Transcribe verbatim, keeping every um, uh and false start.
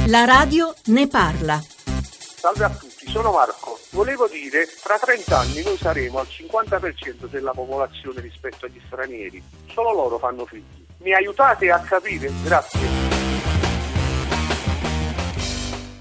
La radio ne parla. Salve a tutti, sono Marco. Volevo dire, tra trenta anni noi saremo al cinquanta per cento della popolazione rispetto agli stranieri. Solo loro fanno figli. Mi aiutate a capire? Grazie.